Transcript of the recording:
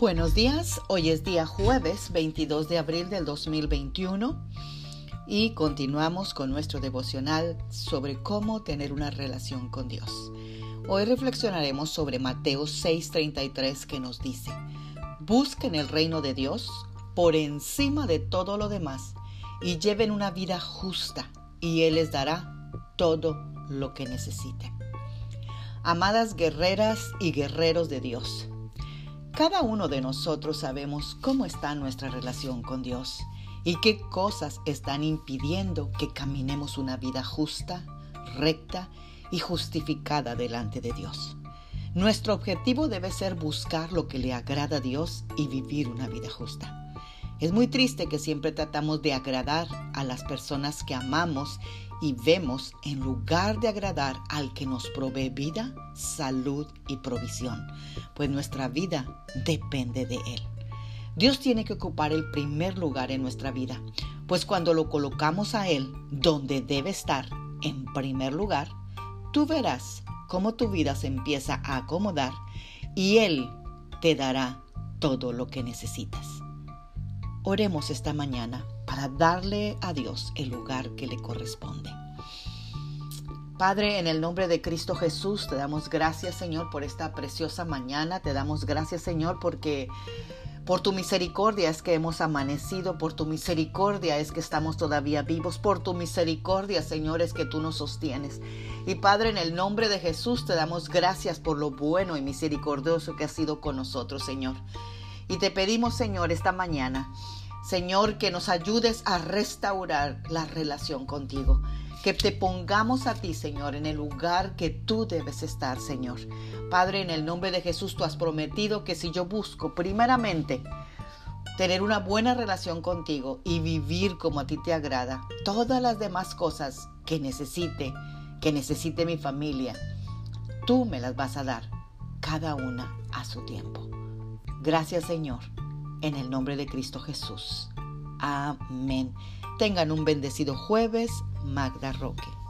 Buenos días, hoy es día jueves 22 de abril del 2021 y continuamos con nuestro devocional sobre cómo tener una relación con Dios. Hoy reflexionaremos sobre Mateo 6:33 que nos dice: busquen el reino de Dios por encima de todo lo demás y lleven una vida justa y Él les dará todo lo que necesiten. Amadas guerreras y guerreros de Dios, cada uno de nosotros sabemos cómo está nuestra relación con Dios y qué cosas están impidiendo que caminemos una vida justa, recta y justificada delante de Dios. Nuestro objetivo debe ser buscar lo que le agrada a Dios y vivir una vida justa. Es muy triste que siempre tratamos de agradar a las personas que amamos y vemos en lugar de agradar al que nos provee vida, salud y provisión, pues nuestra vida depende de Él. Dios tiene que ocupar el primer lugar en nuestra vida, pues cuando lo colocamos a Él donde debe estar, en primer lugar, tú verás cómo tu vida se empieza a acomodar y Él te dará todo lo que necesitas. Oremos esta mañana para darle a Dios el lugar que le corresponde. Padre, en el nombre de Cristo Jesús, te damos gracias, Señor, por esta preciosa mañana. Te damos gracias, Señor, porque por tu misericordia es que hemos amanecido, por tu misericordia es que estamos todavía vivos, por tu misericordia, Señor, es que tú nos sostienes. Y Padre, en el nombre de Jesús, te damos gracias por lo bueno y misericordioso que has sido con nosotros, Señor. Y te pedimos, Señor, esta mañana, Señor, que nos ayudes a restaurar la relación contigo. Que te pongamos a ti, Señor, en el lugar que tú debes estar, Señor. Padre, en el nombre de Jesús, tú has prometido que si yo busco primeramente tener una buena relación contigo y vivir como a ti te agrada, todas las demás cosas que necesite mi familia, tú me las vas a dar, cada una a su tiempo. Gracias, Señor, en el nombre de Cristo Jesús. Amén. Tengan un bendecido jueves. Magda Roque.